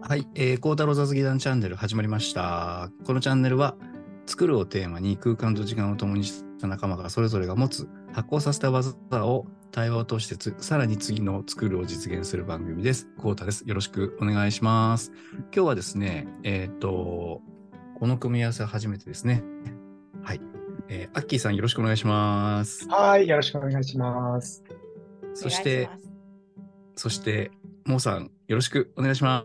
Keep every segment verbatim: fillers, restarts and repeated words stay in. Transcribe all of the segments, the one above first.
はい、えー、孝太郎雑技団チャンネル始まりました。このチャンネルは作るをテーマに空間と時間を共にした仲間がそれぞれが持つ発酵させた技を対話を通してさらに次の作るを実現する番組です。孝太です。よろしくお願いします。今日はですね、えっと、この組み合わせは初めてですね。はい。えー、アッキーさんよろしくお願いします。 はい、よろしくお願いします。 そして、そして、モーさんよろしくお願いします。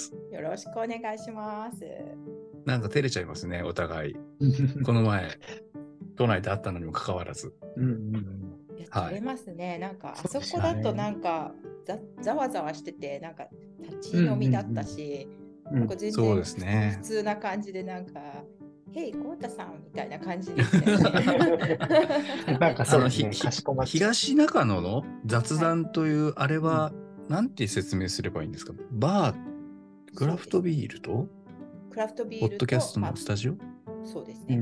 よろしくお願いします。 なんか照れちゃいますね、お互い。この前、都内で会ったのにもかかわらず。 うんうん、いや、照れますね。はい、なんか、あそこだとなんかざ、ざわざわしてて、なんか、立ち飲みだったし、うんうんうん、なんか全然普、ね、普通な感じで、なんか、へい、こうたさんみたいな感じでしたよね。 なんかそうですね、かしこまっちゃう。 東中野の雑談という、はい、あれは、なんて説明すればいいんですか？バー、クラフトビールとクラフトビールとポッドキャストのスタジオ、 まあ、そうですね。うん、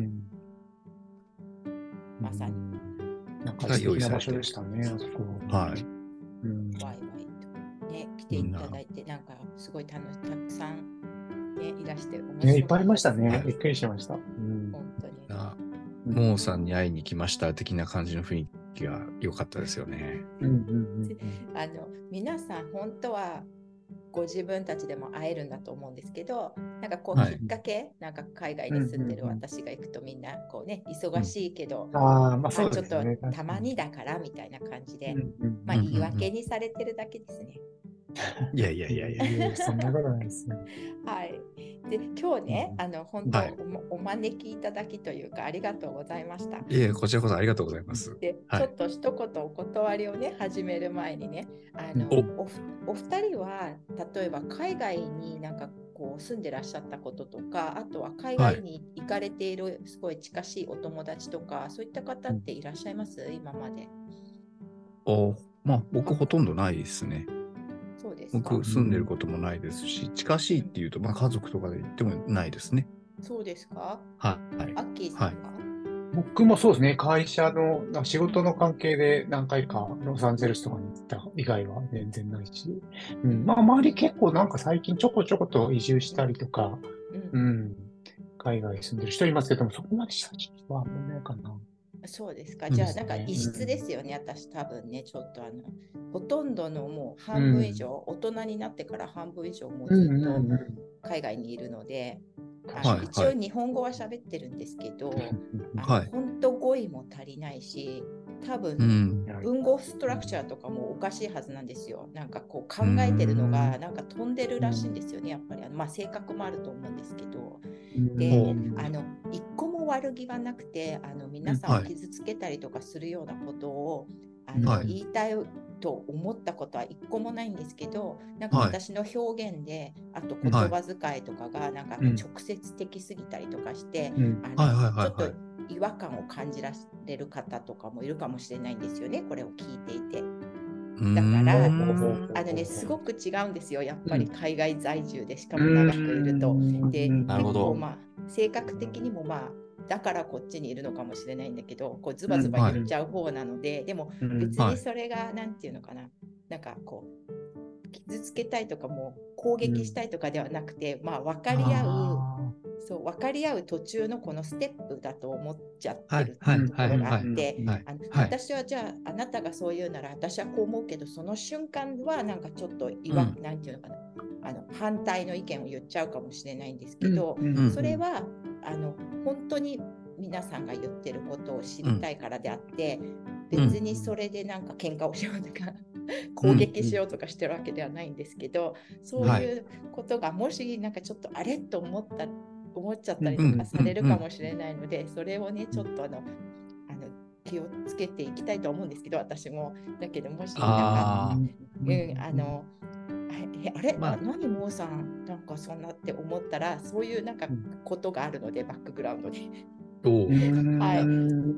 まさに。 なんか素敵な場所でしたね、あそこは。はい。 うん、ワイワイとね、来ていただいて、なんかすごい楽し、たくさん、ね、いらして面白かったですね。 ね、いっぱいありましたね。びっくりしました。うん、 本当に。 モーさんに会いに来ました的な感じの雰囲気が良かったですよね。うんうんうん、 あの皆さん本当はご自分たちでも会えるんだと思うんですけど、なんかこうきっかけ、はい、なんか海外に住んでる私が行くとみんなこうね、忙しいけど、うん、あまあそうですね、ちょっとたまにだからみたいな感じで、うんうん、まあ言い訳にされてるだけですね。 いやいやいやいや、いやそんなことないですね。 はい。で、今日ね、あの本当、はい、お, お招きいただきというかありがとうございました。 いや、こちらこそありがとうございます。 で、はい、ちょっと一言お断りをね始める前にね、あの お, お二人は例えば海外になんかこう住んでらっしゃったこととか、あとは海外に行かれているすごい近しいお友達とか、はい、そういった方っていらっしゃいます？今まで。 お、まあ僕ほとんどないですね。 そうですか。 僕住んでることもないですし、近しいっていうと、まあ、家族とかで言ってもないですね。 そうですか。 はい。 アッキーさんは、はい、 僕もそうですね。会社の仕事の関係で何回かロサンゼルスとかに行った以外は全然ないし、うん、まあ周り結構なんか最近ちょこちょこと移住したりとか、うん、うん、海外に住んでる人いますけども、そこまでした人はあんまりないかな。 そうですか。じゃあ、なんか異質ですよね、うん、私多分ね、ちょっとあの、ほとんどのもう半分以上、うん、大人になってから半分以上もうずっと海外にいるので、うんうん、あのはい、一応日本語は喋ってるんですけど、はい、本当語彙も足りないし、多分、うん、文語ストラクチャーとかもおかしいはずなんですよ。なんかこう考えてるのがなんか飛んでるらしいんですよね、やっぱり。まあ性格もあると思うんですけど。で、あの一個も悪気はなくて、あの皆さんを傷つけたりとかするようなことを、はい、あの、はい、言いたいと思ったことは一個もないんですけど、なんか私の表現で、はい、あと言葉遣いとかがなんか直接的すぎたりとかして、ちょっと違和感を感じられる方とかもいるかもしれないんですよね、これを聞いていて。だからあの、ね、すごく違うんですよ、やっぱり海外在住でしかも長くいると。で、結構まあ性格的にもまあだからこっちにいるのかもしれないんだけど、こうズバズバ言っちゃう方なので、うん、でも別にそれがなんていうのかな、なんかこう傷つけたいとかも攻撃したいとかではなくて、うん、まあ分かり合う、そう分かり合う途中のこのステップだと思っちゃってるっていうところがあって、私はじゃああなたがそう言うなら私はこう思うけど、その瞬間はなんかちょっと違和、うん、なんていうのかな、あの反対の意見を言っちゃうかもしれないんですけど、うん、それはあの本当に皆さんが言ってることを知りたいからであって、うん、別にそれでなんか喧嘩をしようとか、うん、攻撃しようとかしてるわけではないんですけど、そういうことがもしなんかちょっとあれと思った思っちゃったりとかされるかもしれないので、それをねちょっとあのあの気をつけていきたいと思うんですけど、私もだけどもしなんか、うん、あのえあれ、まあ、何モーさんなんかそんなって思ったら、そういうなんかことがあるので、バックグラウンドで。 おはい、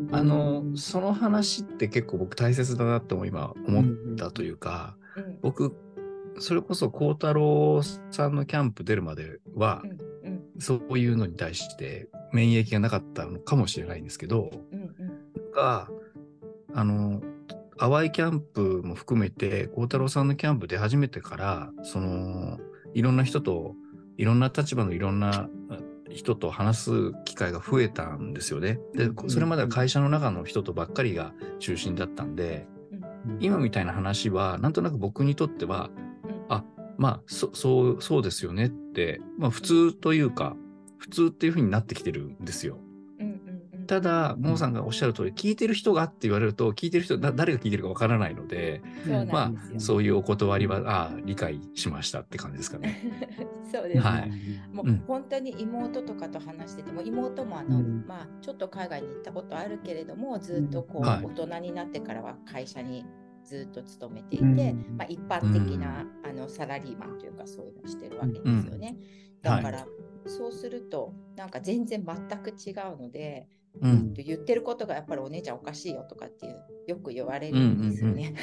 あのその話って結構僕大切だなと今思ったというか、うんうん、僕それこそ孝太郎さんのキャンプ出るまでは、うんうん、そういうのに対して免疫がなかったのかもしれないんですけど、うんうん、があの淡いキャンプも含めて孝太郎さんのキャンプ出始めてから、そのいろんな人と、いろんな立場のいろんな人と話す機会が増えたんですよね。で、それまでは会社の中の人とばっかりが中心だったんで、今みたいな話は、なんとなく僕にとっては、あ、まあ、そ、そう、そうですよねって、まあ普通というか、普通っていう風になってきてるんですよ。ただ、ももさんがおっしゃる通り、聞いてる人がって言われると、聞いてる人、だ誰が聞いてるかわからないので、まあ、そういうお断りは、ああ、理解しましたって感じですかね。 そうですね。 はい。 もう本当に妹とかと話してても、妹もあの、 うん、 まあ、ちょっと海外に行ったことあるけれども、ずっとこう、 はい大人になってからは会社にずっと勤めていて、 うんまあ、一般的な、あのサラリーマンというかそういうのをしてるわけですよね。だから、はい、そうするとなんか全然全く違うので、うん、言ってることがやっぱりお姉ちゃんおかしいよとかっていうよく言われるんですよね。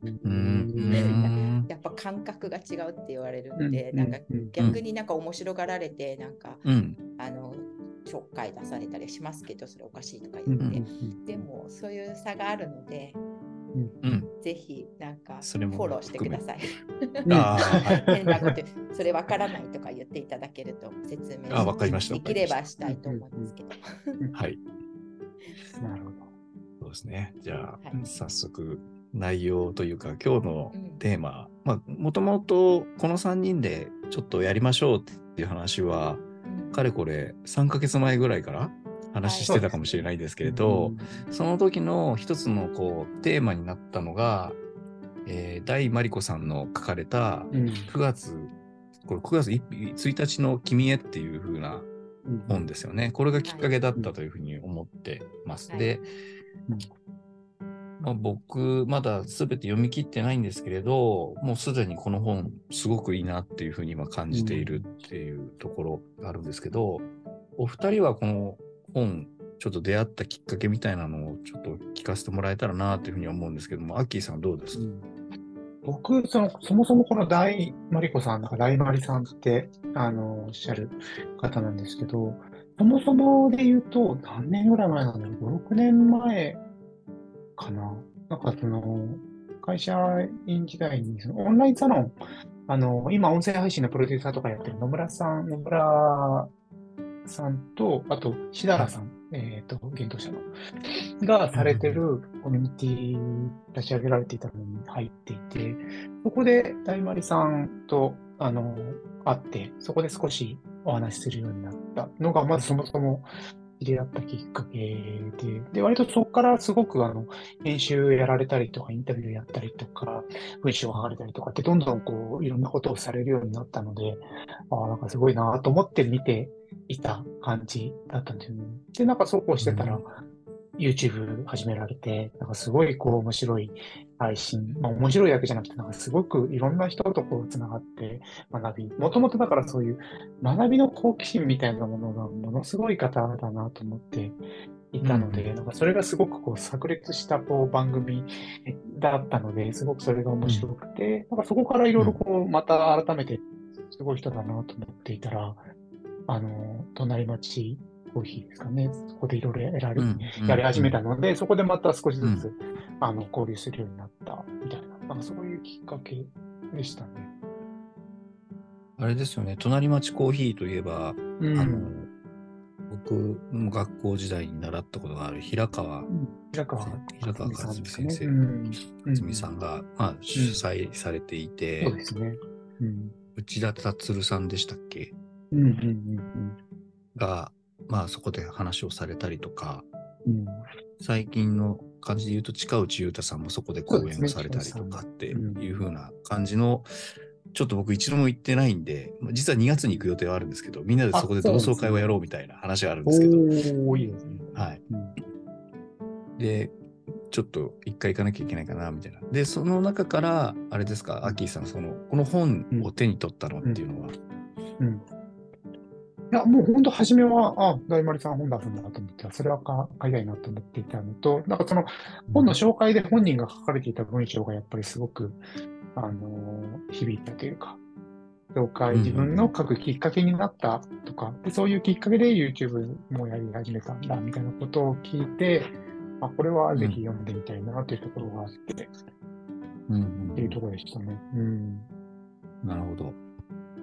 やっぱ感覚が違うって言われるんで、なんか逆になんか面白がられて、なんか、うん、あのちょっかい出されたりしますけど、それおかしいとか言って、でもそういう差があるので、うん、ぜひなんかフォローしてください。変なことそれわからないとか言っていただけると説明しできればしたいと思うんですけど。 はい。 なるほど。 そうですね。じゃあ、はい、早速内容というか今日のテーマ、うん、まあもともとこのさんにんでちょっとやりましょうっていう話は、うん、かれこれさんかげつまえぐらいから話してたかもしれないですけれど、はい、その時の一つのこうテーマになったのが、えー、大真理子さんの書かれたくがつ、うん、これくがつついたちの君へっていう風な本ですよね。これがきっかけだったというふうに思ってます。はい、で、まあ、僕まだ全て読み切ってないんですけれど、もうすでにこの本すごくいいなっていうふうに今感じているっていうところがあるんですけど、お二人はこの本ちょっと出会ったきっかけみたいなのをちょっと聞かせてもらえたらなというふうに思うんですけども、アッキーさんどうですか？うん、 僕、その、そもそもこの大真理子さん、なんか大真理さんって、あの、おっしゃる方なんですけど、そもそもで言うと、何年ぐらい前なんだろう、ご、ろくねんまえかな。なんかその、会社員時代に、そのオンラインサロン、あの、今、音声配信のプロデューサーとかやってる野村さん、野村さんと、あと、しだらさん、えっと、幻冬者の、がされてるコミュニティ立ち上げられていたのに入っていて、そこで大丸さんと、あの、会って、そこで少しお話しするようになったのが、まずそもそも知り合ったきっかけで、で、割とそこからすごくあの、編集やられたりとか、インタビューやったりとか、文章を書かれたりとかって、どんどんこう、いろんなことをされるようになったので、ああ、なんかすごいなと思って見ていた感じだったんですよね。で、なんかそうこうしてたら、うん、YouTube 始められて、なんかすごいこう面白い配信、まあ面白いだけじゃなくて、なんかすごくいろんな人とこうつながって学び、もともとだからそういう学びの好奇心みたいなものがものすごい方だなと思っていたので、うん、なんかそれがすごくこう炸裂したこう番組だったので、すごくそれが面白くて、うん、なんかそこからいろいろこうまた改めてすごい人だなと思っていたら、あの、隣町コーヒーですかね。そこでいろいろやられ、うんうん、やり始めたので、そこでまた少しずつ、うん、あの、交流するようになったみたいな、なんかそういうきっかけでしたね。 あれですよね。隣町コーヒーといえば、うん、あの、僕も学校時代に習ったことがある平川、うん、 平川平川克美先生、克美さんが、まあ、主催されていて、 そうですね。 うん、内田達さんでしたっけ、 うんうんうんうん、 が、まあそこで話をされたりとか、 うん、 最近の感じで言うと近内裕太さんもそこで講演をされたりとかっていう風な感じの、ちょっと僕一度も行ってないんで、実はにがつに行く予定はあるんですけど、みんなでそこで同窓会をやろうみたいな話があるんですけど、 おー、いいですね。 はい。で、ちょっと一回行かなきゃいけないかなみたいな。で、その中からあれですか、アッキーさん、そのこの本を手に取ったのっていうのは、 うんうんうん、いや、もう本当初めは、あ、大丸さん本出すんだと思って、それは買いたいなと思っていたのと、なんかその本の紹介で本人が書かれていた文章がやっぱりすごく、あのー、響いたというか、紹介、自分の書くきっかけになったとか、でそういうきっかけで YouTube もやり始めたんだみたいなことを聞いて、あ、これはぜひ読んでみたいなというところがあって、うん、っていうところでしたね。うん、 なるほど。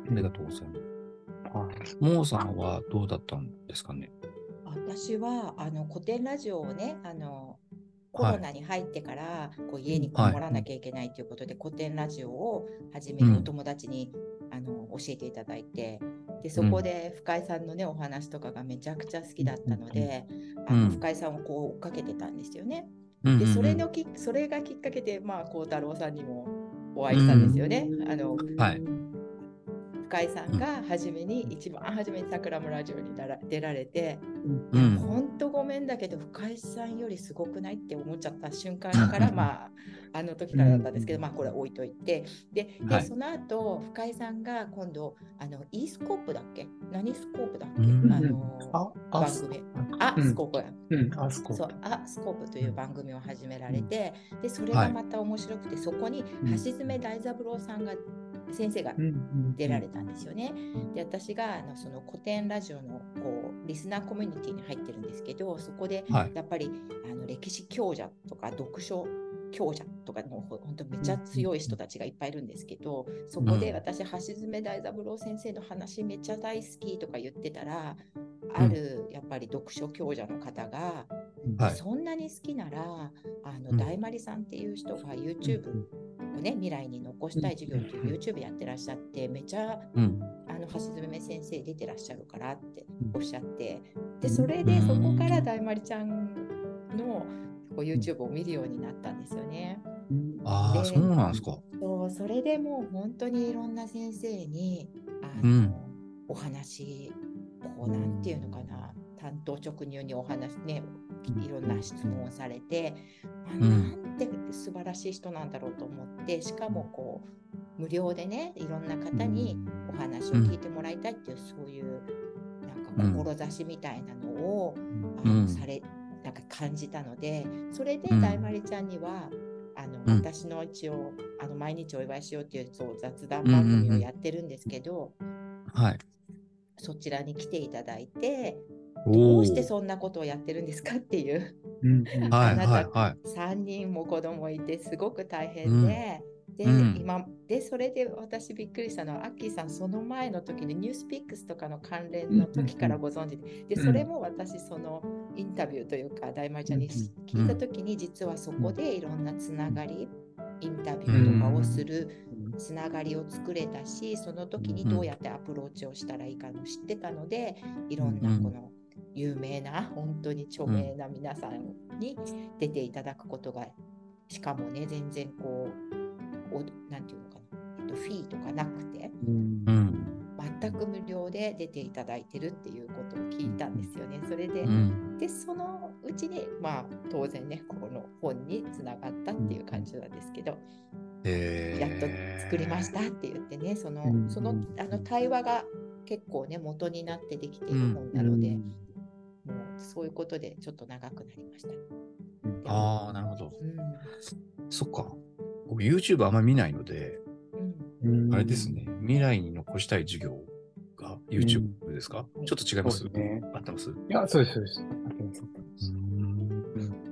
ありがとうございます。 はい。 モーさんはどうだったんですかね。 私はあの古典ラジオをね、あのコはい。 ロナに入ってからこう家にこはい。 もらなきゃいけないということで、古典ラジオを初めうん。 にお友達にあの教えていただいて、でそこうん。 で深井さんのねお話とかがめちゃくちゃ好きだったのうんで、あのうん。 深井さんをこう追っかけてたんですよね。 うん。 でそれうん。 のきそれがきっかけで、まあ、孝太郎さんにもお会ういしたんですん。 よね。あのはい。 深井さうん。 んが初めに一番初めに桜村ラジオに出ら出られて、 うんいやうん。 本当ごめんだけど深井さんよりすごくないって思っちゃった瞬間から、まああの時からだったんですけど、まあこれ置いといて、でではい。 その後深井さんが今度あの e スコープだっけ、何スコープだっけ、あうん。 のあ、あす、 番組、 あうん、 あスコープやうん、あすこ。 そう、あスコープという番組を始められて、でそれはい。 がまた面白くて、そこにうん橋爪大三郎さんが先生がうんうん出られたんですよね。で私があのその古典ラジオのこうリスナーコミュニティに入ってるんですけど、そこではい。 やっぱりあの歴史強者とか読書強者とかの本当めっちゃ強い人たちがいっぱいいるんですけど、そこで私橋爪大三郎先生の話めっちゃ大好きとか言ってたら、あるやっぱり読書強者の方が、 はい。 そんなに好きならあのうん。 大丸さんっていう人が YouTube をね未来に残したい授業っていう YouTube やってらっしゃって、めちゃうん。 あの橋爪先生出てらっしゃるからってうんおっしゃって、でそれうでそこからん。 大丸ちゃんのこう YouTube を見るようになったんですよね。 ああ、そうでなんですか。 そうそれでもう本当にいろんな先生にあうん。 のお話、こうなんていうのかな、担当直入にお話ね、いろんな質問をされて、あうん。 なんて素晴らしい人なんだろうと思って、しかもこう無料でねいろんな方にお話を聞いてもらいたいっていう、そういうなんかうん。 志みたいなのをあうん。 のされなんか感じたので、それで大うん。 丸ちゃんにはあのうん。 私の一応あの毎日お祝いしようっていうそう雑談うん。 番組をうん。 やってるんですけど、 はい。 そちらに来ていただいて、 おどうしてお。 そんなことをやってるんですかっていう、 はい。 あなたはい。はい。 さんにんも子供いてすごく大う変ん。 で、 うでん。 今でそれで私びっくりしたのは、アッキーさんその前の時にニュースピックスとかの関連の時からご存知で、でそれも私そのインタビューというか大丸ちゃんに聞いた時に、実はそこでいろんなつながり、インタビューとかをするつながりを作れたし、その時にどうやってアプローチをしたらいいかも知ってたので、いろんなこの有名な本当に著名な皆さんに出ていただくことが、しかもね全然こうおなんていうのかな、えっと、フィーとかなくて、 うん。 全く無料で出ていただいてるっていうことを聞いたんですよね。それで、 うん。 でそのうちにまあ当然ねこの本につながったっていう感じなんですけど、やっと作りましたって言ってね、そのそのあの対話が結構ね元になってできている本なので、もうそういうことでちょっと長くなりました。 ああ、なるほど。 うん、 そっか。僕 YouTube あんまり見ないので、 うん、 あれですね。未来に残したい授業が YouTube ですか？ うん、 ちょっと違います？ そうですね。 合ってます？ いや、そうです、そうです。合ってます、合ってます。 うーん。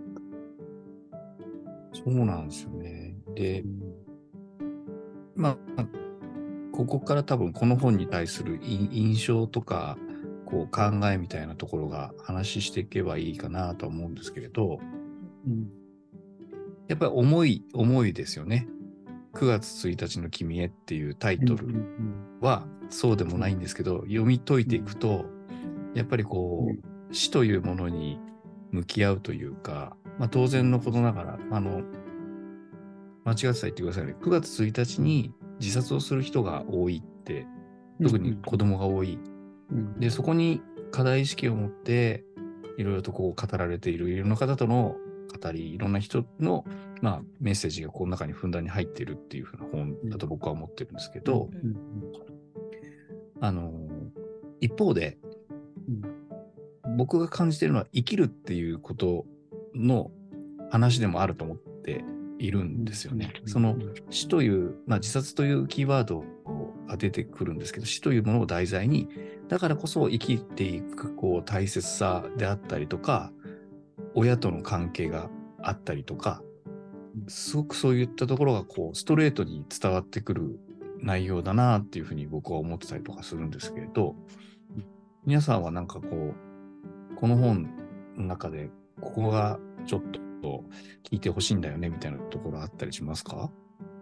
そうなんですよね。で、まあ、ここから多分この本に対する印象とか、こう考えみたいなところが話していけばいいかなと思うんですけれど、 うん、 やっぱり重い、重いですよね。くがつついたちの君へっていうタイトルはそうでもないんですけど、読み解いていくと、やっぱりこう、死というものに向き合うというか、まあ当然のことながら、あの、間違ってたら言ってくださいね。くがつついたちに自殺をする人が多いって、特に子供が多い。で、そこに課題意識を持って、いろいろとこう語られているいろんな方との語り、いろんな人の、まあ、メッセージがこの中にふんだんに入っているっていうふうな本だと僕は思ってるんですけど、うんうん、あの、一方で、うん、僕が感じているのは生きるっていうことの話でもあると思っているんですよね。うん、その死という、まあ、自殺というキーワードが出てくるんですけど、死というものを題材に、だからこそ生きていくこう大切さであったりとか、親との関係があったりとか、すごくそういったところがこうストレートに伝わってくる内容だなっていうふうに僕は思ってたりとかするんですけれど、皆さんはなんかこう、この本の中でここがちょっと聞いてほしいんだよねみたいなところあったりしますか？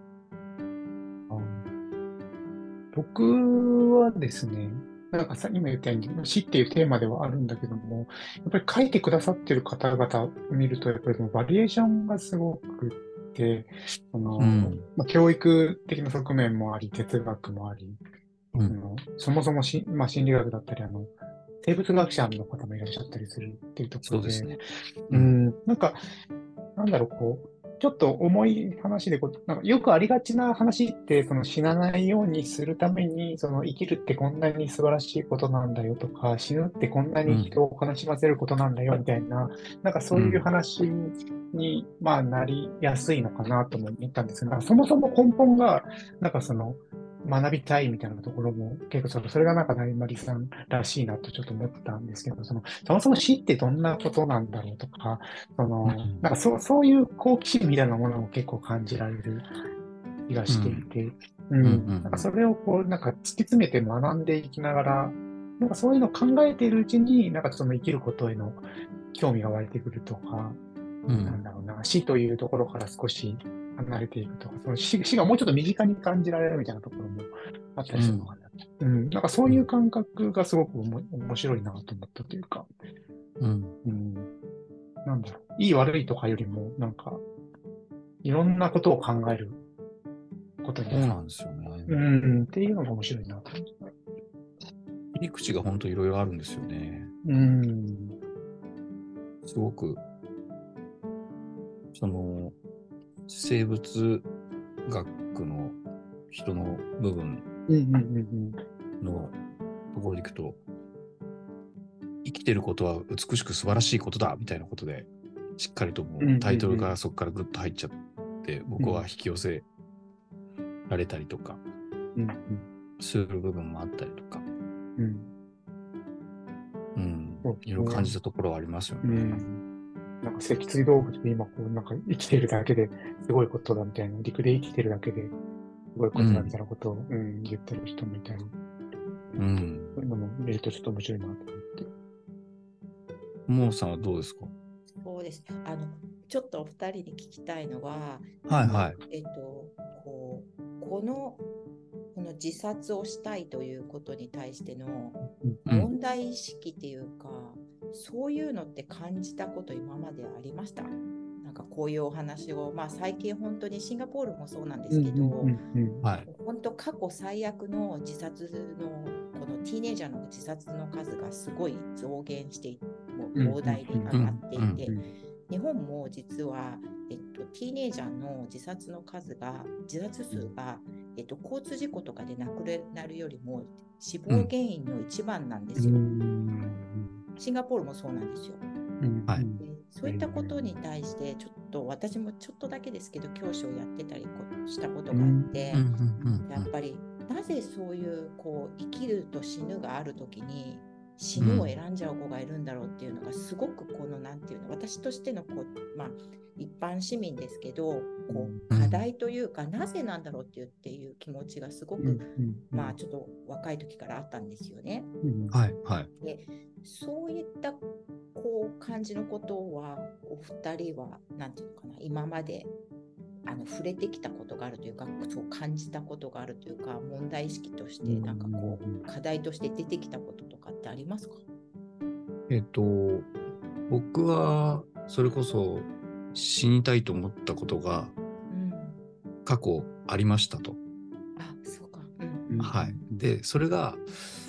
僕はですね、なんかさ、今言ったように、死っていうテーマではあるんだけども、やっぱり書いてくださってる方々を見ると、やっぱりそのバリエーションがすごくて、その、 うんまあ、教育的な側面もあり、哲学もあり、 うんそのそもそもし、まあ、心理学だったり、あの、生物学者の方もいらっしゃったりするっていうところで、 そうですね。 うん、なんか、なんだろう、こう、ちょっと重い話でこう、なんかよくありがちな話って、その死なないようにするために、その生きるってこんなに素晴らしいことなんだよとか、死ぬってこんなに人を悲しませることなんだよみたいな、なんかそういう話に、まあ、なりやすいのかなとも思ったんですが、そもそも根本が、なんかその、学びたいみたいなところも結構そのそれがなんか成丸さんらしいなとちょっと思ったんですけど、そのそもそも死ってどんなことなんだろうとか、そのうんなんかそうそういう好奇心みたいなものも結構感じられる気がしていて、うんうんうんなんかそれをこうなんか突き詰めて学んでいきながら、なんかそういうのを考えているうちに、なんかその生きることへの興味が湧いてくるとか、 うんなんだろうな、死というところから少し離れていくとか、その死、死がもうちょっと身近に感じられるみたいなところもあったりするのかな。うん、なんかそういう感覚がすごくおも面白いなと思ったというか、 うんうん、なんだろう、いい悪いとかよりも、なんか、いろんなことを考えることにそうなんですよね。 うん、うんっていうのが面白いなと思った。 切り口が本当いろいろあるんですよね。 うん、 すごく、その、生物学の人の部分うん、うん、うん、 のところでいくと、生きてることは美しく素晴らしいことだみたいなことで、しっかりともうタイトルからそこからグッと入っちゃって、僕は引き寄せられたりとかうん、うん、 する部分もあったりとか、 うん、 うんそう、 いろいろ感じたところはありますようね。 ん。なんか脊椎動物で今こう、なんか生きてるだけですごいことだみたいな、陸で生きてるだけですごいことだみたいなことを、うん、言ってる人もいたり、 うん。 そういうのも見るとちょっと面白いなと思って。 モーさんはどうですか？ そうです。あの、ちょっとお二人に聞きたいのは、 はいはい。 えっと、こう、この、この自殺をしたいということに対してのうん問題意識っていうか、そういうのって感じたこと今までありました？なんかこういうお話を、まあ最近本当にシンガポールもそうなんですけど、 はい。 本当過去最悪の自殺のこのティーネイジャーの自殺の数がすごい増減して、もう膨大に上がっていて、日本も実は、えっと、ティーネイジャーの自殺の数が、自殺数が、えっと、交通事故とかで亡くなるよりも死亡原因の一番なんですよ。シンガポールもそうなんですよ。 はい。 そういったことに対してちょっと私もちょっとだけですけど教師をやってたりしたことがあって、やっぱりなぜそういうこう生きると死ぬがあるときに死ぬを選んじゃう子がいるんだろうっていうのがすごくこのなんていうの私としてのこう、まあ、一般市民ですけどこう課題というか、なぜなんだろうっていうっていう気持ちがすごく、まあちょっと若い時からあったんですよね。 はいはい。 でそういったこう感じのことはお二人はなんていうのかな、今まであの触れてきたことがあるというか、そう感じたことがあるというか、問題意識としてなんかこう課題として出てきたこととかってありますか？ えっと僕はそれこそ死にたいと思ったことが過去ありましたと。 うん、あ、そうか。 うん、はい。でそれが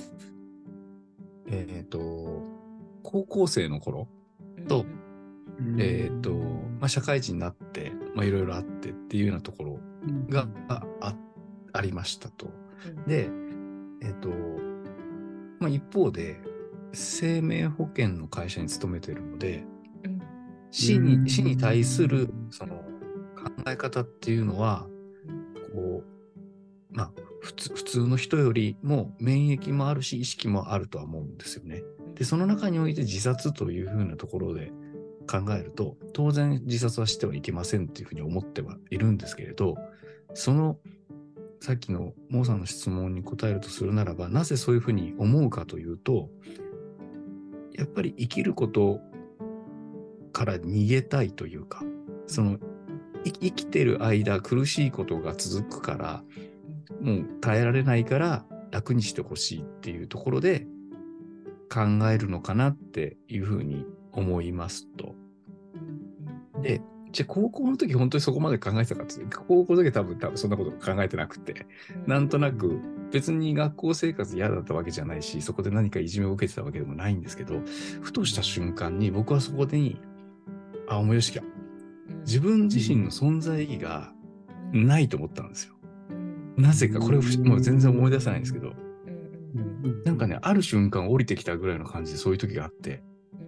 えっと高校生の頃と、うん、えっとまあ社会人になってまあいろいろあってっていうようなところが あ, あ, ありましたと。でえっとまあ一方で生命保険の会社に勤めているので、うん、死に死に対するその考え方っていうのはこうまあ普通普通の人よりも免疫もあるし意識もあるとは思うんですよね。でその中において自殺というふうなところで考えると当然自殺はしてはいけませんっていうふうに思ってはいるんですけれど、そのさっきのモーさんの質問に答えるとするならば、なぜそういうふうに思うかというと、やっぱり生きることから逃げたいというか、その生き生きてる間苦しいことが続くから、もう耐えられないから楽にしてほしいっていうところで考えるのかなっていうふうに思いますと。で、じゃあ高校の時本当にそこまで考えてたかっていうと、高校の時は多分多分そんなこと考えてなくて、なんとなく別に学校生活嫌だったわけじゃないし、そこで何かいじめを受けてたわけでもないんですけど、ふとした瞬間に僕はそこで、あ、思い出しきゃ、自分自身の存在意義がないと思ったんですよ。なぜかこれをもう全然思い出せないんですけど、なんかね、ある瞬間降りてきたぐらいの感じでそういう時があって、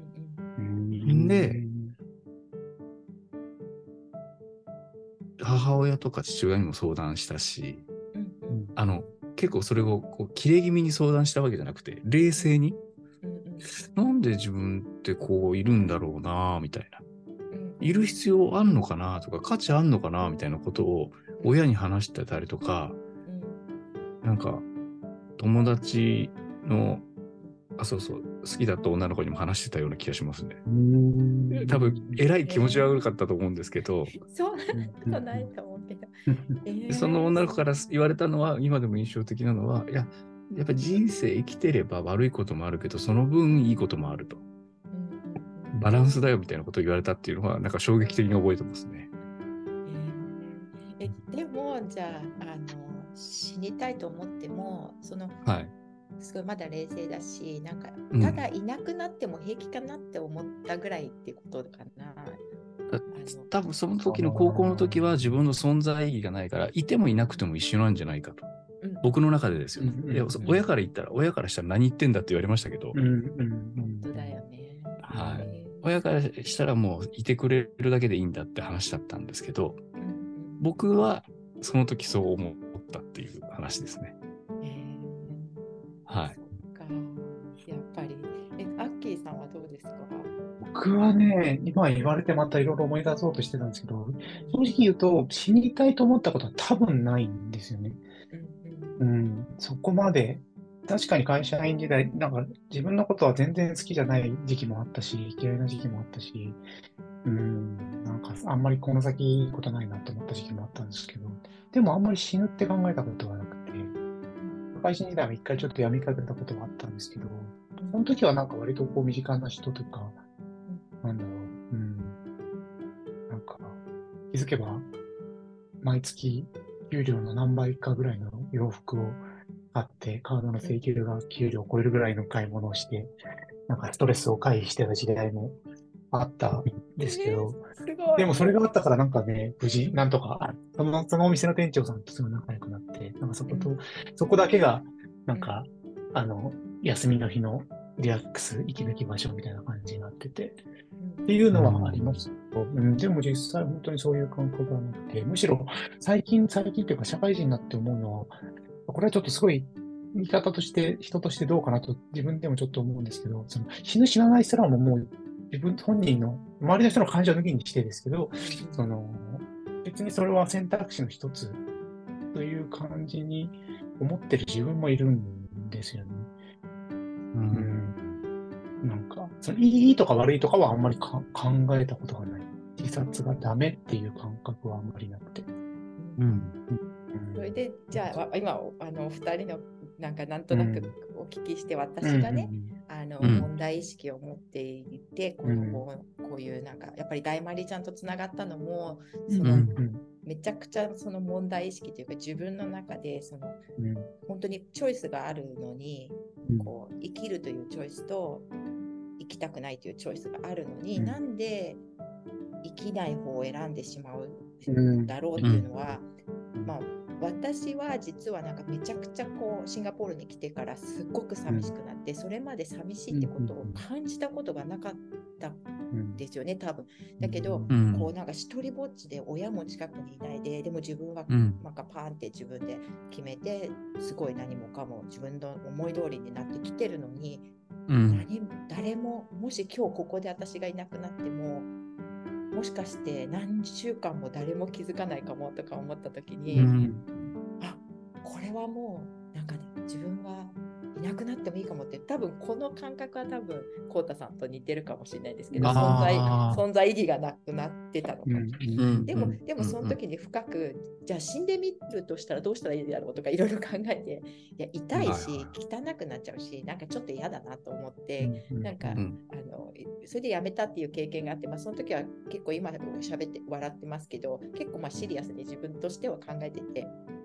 で、母親とか父親にも相談したし、あの結構それをこう切れ気味に相談したわけじゃなくて、冷静に、なんで自分ってこういるんだろうなみたいな、いる必要あんのかなとか価値あんのかなみたいなことを親に話してたりとか、なんか友達のあそうそう好きだった女の子にも話してたような気がしますね。多分えらい気持ち悪かったと思うんですけど、 そうなんないと思うけど、えー、 その女の子から言われたのは、今でも印象的なのは、いややっぱり人生生きてれば悪いこともあるけど、その分いいこともあると、バランスだよみたいなことを言われたっていうのはなんか衝撃的に覚えてますね。 えー、えでもじゃあ、あの死にたいと思ってもその、 はい、 すごいまだ冷静だし、なんかただいなくなっても平気かなって思ったぐらいってことかな。 うん、多分その時の高校の時は自分の存在意義がないから、いてもいなくても一緒なんじゃないかと、うん、僕の中でですよね、うんうんうん、で親から言ったら親からしたら何言ってんだって言われましたけど、うんうんうん、 本当だよね、 はい、親からしたらもういてくれるだけでいいんだって話だったんですけど、うんうん、僕はその時そう思ったっていう話ですね。えー、はい。 そっか、やっぱりえアッキーさんはどうですか？ 僕はね、今言われてまたいろいろ思い出そうとしてたんですけど、正直言うと死にたいと思ったことは多分ないんですよね。うん、うん、そこまで。確かに会社員時代、なんか自分のことは全然好きじゃない時期もあったし、嫌いな時期もあったし、うん、なんかあんまりこの先いいことないなと思った時期もあったんですけど、でもあんまり死ぬって考えたことはなくて、会社員時代は一回ちょっと闇かけたことがあったんですけど、その時はなんか割とこう身近な人とか、なんだろう、うん、なんか気づけば毎月給料の何倍かぐらいの洋服を買って、カードの請求が給料を超えるぐらいの買い物をして、なんかストレスを回避してた時代もあったんですけど、えー、でもそれがあったからなんかね、無事、なんとか、その、そのお店の店長さんとすごい仲良くなって、なんかそこと、うん、そこだけが、なんか、うん、あの、休みの日のリラックス、息抜き場所みたいな感じになってて、うん、っていうのはありますけど、うん、でも実際本当にそういう感覚はなくて、むしろ最近、最近というか社会人になって思うのは、これはちょっとすごい見方として、人としてどうかなと自分でもちょっと思うんですけど、その死ぬ死なないすらももう自分本人の、周りの人の感情抜きにしてですけど、その別にそれは選択肢の一つという感じに思ってる自分もいるんですよね。うん、うん、なんかそのいいとか悪いとかはあんまりか考えたことがない。自殺がダメっていう感覚はあんまりなくて。うん、 それでじゃあ今あのお二人のなんかなんとなくお聞きして、私がね、うん、あの、うん、問題意識を持っていて、この後、うん、こういうなんかやっぱり大マリちゃんとつながったのもその、うん、めちゃくちゃその問題意識というか自分の中でその、うん、本当にチョイスがあるのに、うん、こう生きるというチョイスと生きたくないというチョイスがあるのに、うん、なんで生きない方を選んでしまうんだろうっていうのは、うん、まあ私は実はなんかめちゃくちゃこうシンガポールに来てからすっごく寂しくなって、それまで寂しいってことを感じたことがなかったんですよね、多分。だけど、うん、こうなんか一人ぼっちで親も近くにいないで、でも自分はなんかパーンって自分で決めて、すごい何もかも自分の思い通りになってきてるのに、うん、何誰ももし今日ここで私がいなくなってももしかして何週間も誰も気づかないかもとか思った時に、うん、あこれはもうなんかね、自分はいなくなってもいいかもって、多分この感覚は多分浩太さんと似てるかもしれないですけど、存在存在意義がなくなってたのかも、うん、でも、うん、でもその時に深く、うん、じゃあ死んでみるとしたらどうしたらいいだろうとかいろいろ考えて、いや痛いし汚くなっちゃうし、なんかちょっと嫌だなと思って、うん、なんか、うん、あのそれでやめたっていう経験があって、まあ、その時は結構今喋って笑ってますけど、結構まあシリアスに自分としては考えてて、うん、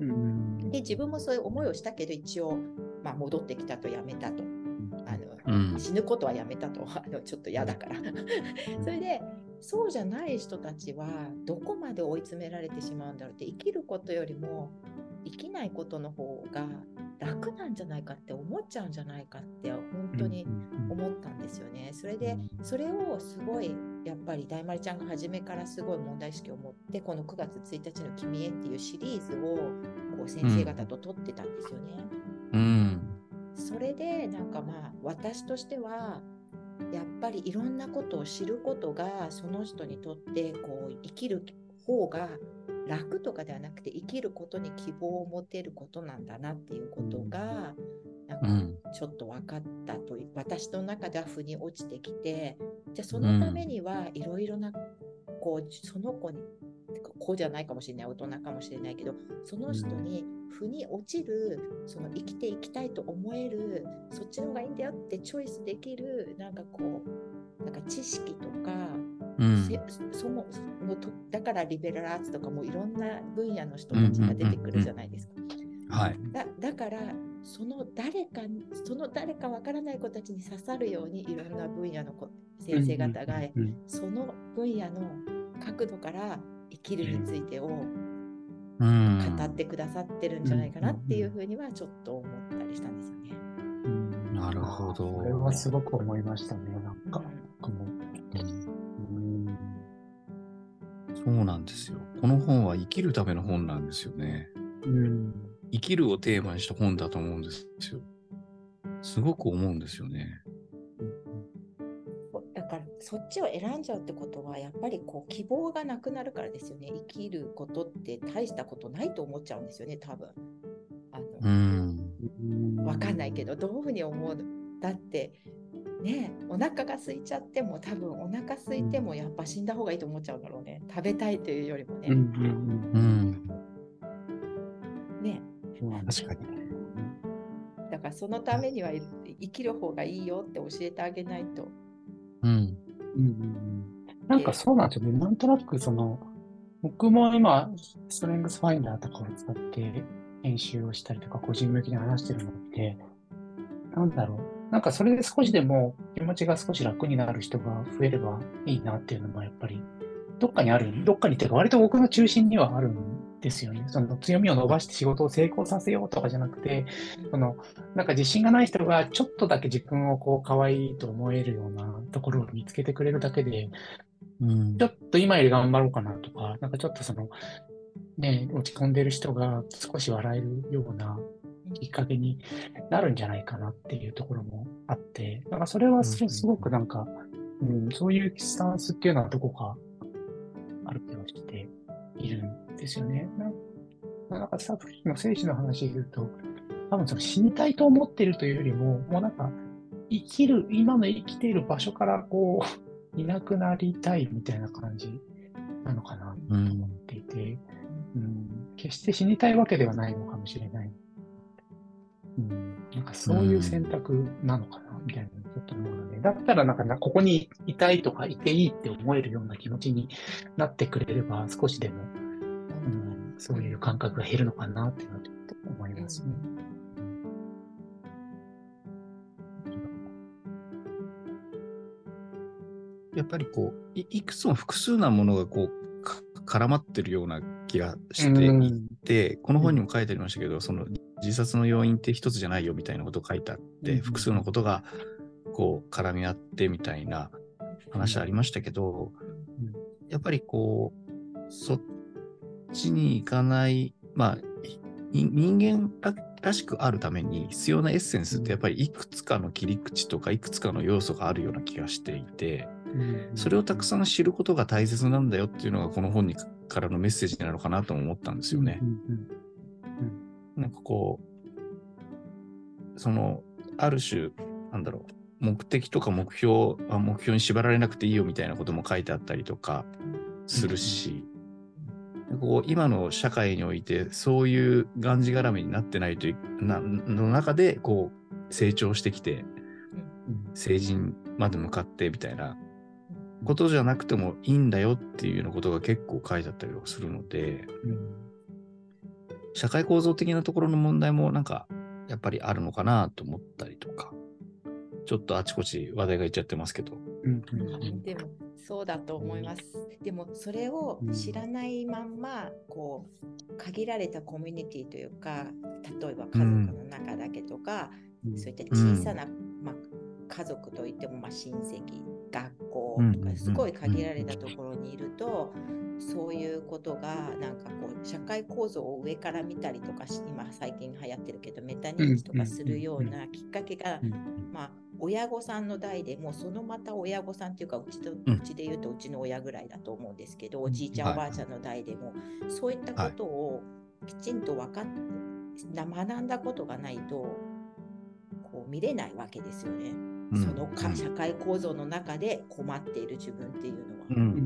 で自分もそういう思いをしたけど一応まあ、戻ってきたとやめたと、あの、うん、死ぬことはやめたと、あのちょっと嫌だからそれでそうじゃない人たちはどこまで追い詰められてしまうんだろうって、生きることよりも生きないことの方が楽なんじゃないかって思っちゃうんじゃないかって本当に思ったんですよね。それでそれをすごいやっぱり大丸ちゃんが初めからすごい問題意識を持ってこのくがつついたちの君へっていうシリーズをこう先生方と撮ってたんですよね。うん、それでなんかまあ私としてはやっぱりいろんなことを知ることがその人にとってこう生きる方が楽とかではなくて、生きることに希望を持てることなんだなっていうことがなんかちょっと分かったと、うん、私の中では腑に落ちてきて、じゃあそのためにはいろいろなこうその子に子じゃないかもしれない、大人かもしれないけど、その人に腑に落ちる、その生きていきたいと思える、そっちの方がいいんだよってチョイスできる、なんかこうなんか知識とか、うん、そもだからリベラルアーツとかもいろんな分野の人たちが出てくるじゃないですか。はい、だ, だからその誰かその誰かわからない子たちに刺さるようにいろんな分野の子先生方がその分野の角度から生きるについてを語ってくださってるんじゃないかなっていうふうにはちょっと思ったりしたんですよね。 うん、なるほど。 これはすごく思いましたね。なんか、うんうん、そうなんですよ。この本は生きるための本なんですよね。うん、生きるをテーマにした本だと思うんですよ。すごく思うんですよね。 だからそっちを選んじゃうってことはやっぱりこう希望がなくなるからですよね。生きることって大したことないと思っちゃうんですよね、多分。あのうん分かんないけどどういうふうに思うの。だってね、お腹が空いちゃっても多分お腹空いてもやっぱ死んだ方がいいと思っちゃうんだろうね。食べたいというよりもね。うんうんうん、ね、 確かに。 だからそのためには生きる方がいいよって教えてあげないと。 うんうんうん、なんかそうなんですよね。なんとなくその僕も今ストレングスファインダーとかを使って編集をしたりとか個人向きに話してるのってなんだろう、なんかそれで少しでも気持ちが少し楽になる人が増えればいいなっていうのもやっぱりどっかにある、どっかにっていうか割と僕の中心にはあるんですよね。その強みを伸ばして仕事を成功させようとかじゃなくて、そのなんか自信がない人がちょっとだけ自分をこう可愛いと思えるようなところを見つけてくれるだけで、うん、ちょっと今より頑張ろうかなとか、なんかちょっとそのね、落ち込んでる人が少し笑えるようなきっかけになるんじゃないかなっていうところもあって、だからそれはすごくなんか、うん、そういうスタンスっていうのはどこかある気がしているんですよね。なんかさっきの生死の話で言うと、多分その死にたいと思っているというよりも、もうなんか生きる、今の生きている場所からこういなくなりたいみたいな感じなのかなと思っていて、うんうん、決して死にたいわけではないのかもしれない。うん、なんかそういう選択なのかなみたいなちょっと思うので、だったらなんかなここにいたいとかいていいって思えるような気持ちになってくれれば少しでも、うん、そういう感覚が減るのかなっていうのはちょっと思いますね。 やっぱりこう い, いくつも複数なものがこう絡まってるような気がしていて、うん、この本にも書いてありましたけど、その自殺の要因って一つじゃないよみたいなことが書いてあって、うん、複数のことがこう絡み合ってみたいな話ありましたけど、うん、やっぱりこうそっちに行かない、まあ人間らしくあるために必要なエッセンスってやっぱりいくつかの切り口とかいくつかの要素があるような気がしていて、それをたくさん知ることが大切なんだよっていうのがこの本にからのメッセージなのかなと思ったんですよね。 なんかこう、その、ある種、なんだろう、目的とか目標、あ目標に縛られなくていいよみたいなことも書いてあったりとかするし、うん、こう今の社会においてそういうがんじがらめになってないというなの中でこう成長してきて、成人まで向かってみたいなことじゃなくてもいいんだよっていうようなことが結構書いてあったりするので、うん、社会構造的なところの問題もなんかやっぱりあるのかなと思ったりとか、ちょっとあちこち話題がいっちゃってますけど、 うんうんうん、でもそうだと思います。でもそれを知らないまんまこう限られたコミュニティというか、例えば家族の中だけとか、うん、そういった小さな、まあ、家族といってもまあ親戚、学校とかすごい限られたところにいると、そういうことがなんかこう社会構造を上から見たりとかし、今最近流行ってるけどメタ認知とかするようなきっかけが、まあ親御さんの代でもそのまた親御さんっていうか、うちと、うちで言うとうちの親ぐらいだと思うんですけど、おじいちゃん、はい、おばあちゃんの代でもそういったことをきちんと分かって、はい、学んだことがないとこう見れないわけですよね、うん、そのか社会構造の中で困っている自分っていうのは、うんうんうん、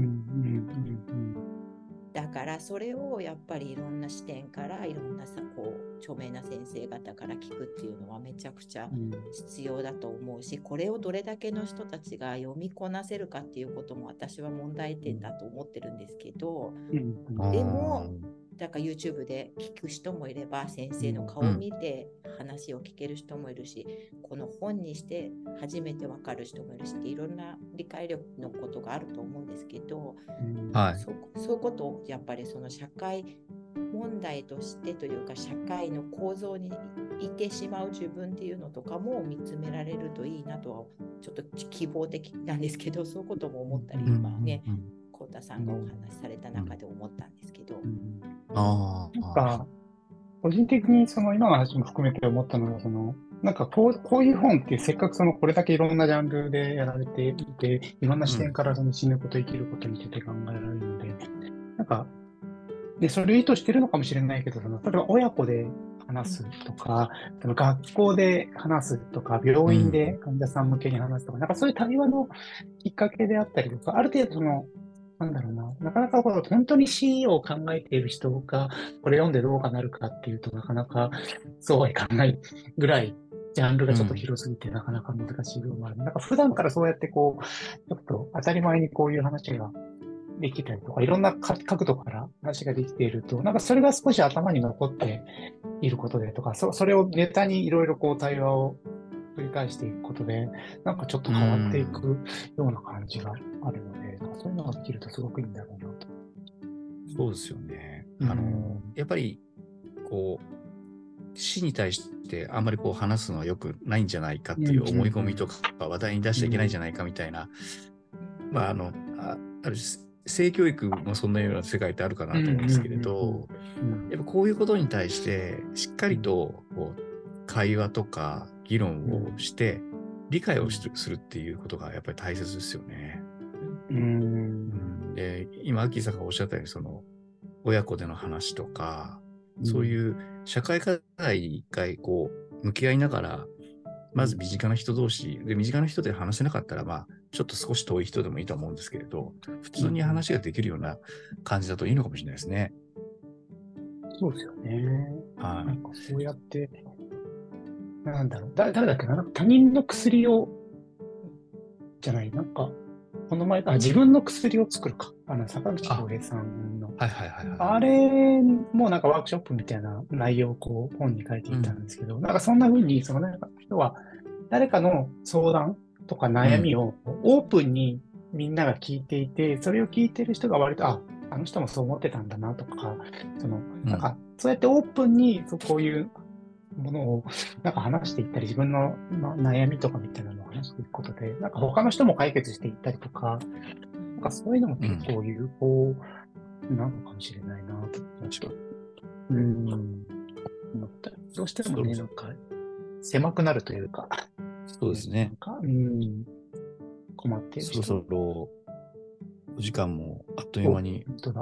だからそれをやっぱりいろんな視点からいろんなさこう著名な先生方から聞くっていうのはめちゃくちゃ必要だと思うし、これをどれだけの人たちが読みこなせるかっていうことも私は問題点だと思ってるんですけど、うん、でもだから YouTube で聞く人もいれば先生の顔を見て話を聞ける人もいるし、この本にして初めて分かる人もいるしっていろんな理解力のことがあると思うんですけど、はい、そ, そういうことをやっぱりその社会問題としてというか社会の構造にいてしまう自分っていうのとかも見つめられるといいなとはちょっと希望的なんですけど、そういうことも思ったり今ね、浩太さんがお話しされた中で思ったんですけど、うんうん、 あなんか個人的にその今の話も含めて思ったのが、そのなんかこう、こういう本ってせっかくそのこれだけいろんなジャンルでやられていて、いろんな視点からその死ぬこと生きることについて考えられるので、なんかでそれを意図してるのかもしれないけど、その例えば親子で話すとか、その学校で話すとか、病院で患者さん向けに話すとか、うん、なんかそういう対話のきっかけであったりとか、ある程度その、なんだろうな、なかなかこの本当に シーイーオー を考えている人が、これ読んでどうかなるかっていうとなかなかそうはいかないぐらい、ジャンルがちょっと広すぎてなかなか難しい部分もある。うん、なんか普段からそうやってこう、ちょっと当たり前にこういう話ができたりとか、いろんな角度から話ができていると、なんかそれが少し頭に残っていることでとか、そ, それをネタにいろいろこう対話を繰り返していくことで、なんかちょっと変わっていくような感じがあるので、そういうのができるとすごくいいんだろうなと。 そうですよね。あの、やっぱりこう死に対してあんまりこう話すのは良くないんじゃないかっていう思い込みとか話題に出しちゃいけないんじゃないかみたいな、まああの あ, ある性教育もそんなような世界ってあるかなと思うんですけれど、やっぱこういうことに対してしっかりとこう会話とか議論をして理解をするっていうことがやっぱり大切ですよね。うん、で今アッキーさんがおっしゃったようにその親子での話とか、そういう社会課題に一回こう向き合いながら、まず身近な人同士で身近な人で話せなかったらまあちょっと少し遠い人でもいいと思うんですけれど、普通に話ができるような感じだといいのかもしれないですね。 そうですよね。はい。なんかそうやって、なんだろう、だ誰だっけな、なんか他人の薬を、じゃない、なんか、この前、あ、自分の薬を作るか。あの、坂口恭平さんの。 はいはいはい、はい。 あれもなんかワークショップみたいな内容をこう本に書いていたんですけど、うん、なんかそんな風に、そのなんか人は誰かの相談とか悩みをオープンにみんなが聞いていて、うん、それを聞いてる人が割と、あ、あの人もそう思ってたんだなとか、その、なんか、そうやってオープンに、そうこういうものをなんか話していったり、自分の悩みとかみたいなのを話していくことで、なんか他の人も解決していったりとか、なんかそういうのも結構有効なのかもしれないなと。確かに。うん。思った。どうしてもね、なんか狭くなるというか。 そうですね。 なんか、うん。困っている人。 そろそろお時間もあっという間に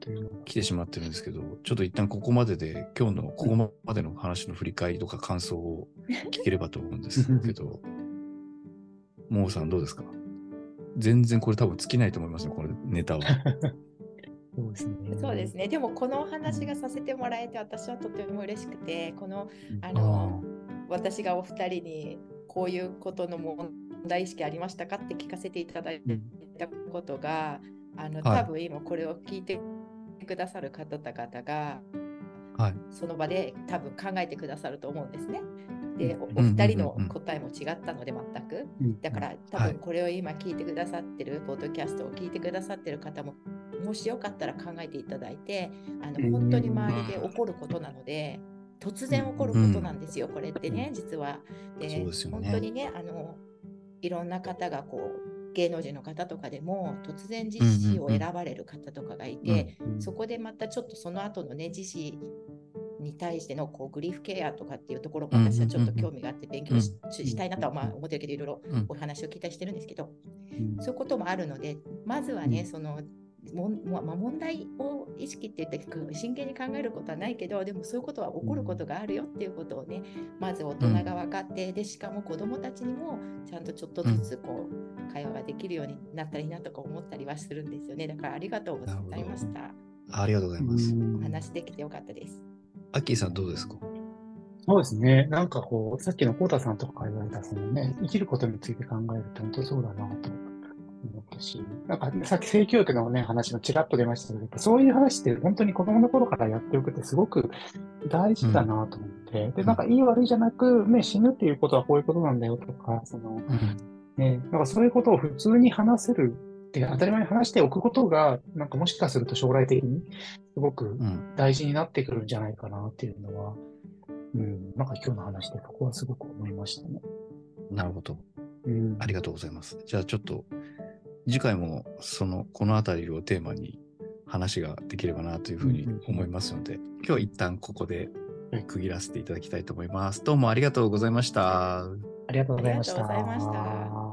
というのが。 来てしまってるんですけど、ちょっと一旦ここまでで、今日のここまでの話の振り返りとか感想を聞ければと思うんですけど、モーさんどうですか？全然これ多分尽きないと思いますよ、このネタは。 そうですね。 そうですね。でもこのお話がさせてもらえて私はとても嬉しくて、このあの私がお二人にこういうことの問題意識ありましたかって聞かせていただいたことが、あの多分今これを聞いてくださる方々が、はい、その場で多分考えてくださると思うんですね。で、お, お二人の答えも違ったので全く。だから多分これを今聞いてくださってる、はい、ポッドキャストを聞いてくださってる方ももしよかったら考えていただいて、あの本当に周りで起こることなので、突然起こることなんですよ、これってね、実は。で、そうですよね、本当にね、あのいろんな方がこう芸能人の方とかでも突然自死を選ばれる方とかがいて、うんうんうん、そこでまたちょっとその後のね自死に対してのこうグリーフケアとかっていうところが私はちょっと興味があって勉強 し,、うん、したいなとはまあ思ってるけど、いろいろお話を聞いたりしてるんですけど、うん、そういうこともあるので、まずはね、うん、そのもまあ、問題を意識って言って真剣に考えることはないけど、でもそういうことは起こることがあるよっていうことをね、まず大人が分かって、でしかも子どもたちにもちゃんとちょっとずつこう会話ができるようになったらいいなとか思ったりはするんですよね。だからありがとうございました。 ありがとうございます。 お話できてよかったです。 アッキーさんどうですか？ そうですね。なんかこう、さっきのコウタさんとか言われた、そのね、生きることについて考えると本当そうだなと思ったし、なんかさっき性教育のね、話もちらっと出ましたけど、そういう話って本当に子供の頃からやっておくってすごく大事だなと思って、うん、で、なんかいい悪いじゃなく、ね、死ぬっていうことはこういうことなんだよとか、その、うん、ね、なんかそういうことを普通に話せるって当たり前に話しておくことが、なんかもしかすると将来的にすごく大事になってくるんじゃないかなっていうのは、うん、なんか今日の話でそこはすごく思いましたね。 なるほど。うん、ありがとうございます。じゃあちょっと次回もそのこのあたりをテーマに話ができればなというふうに思いますので、うんうんうん、今日は一旦ここで区切らせていただきたいと思います。どうもありがとうございました。 ありがとうございました。 ありがとうございました。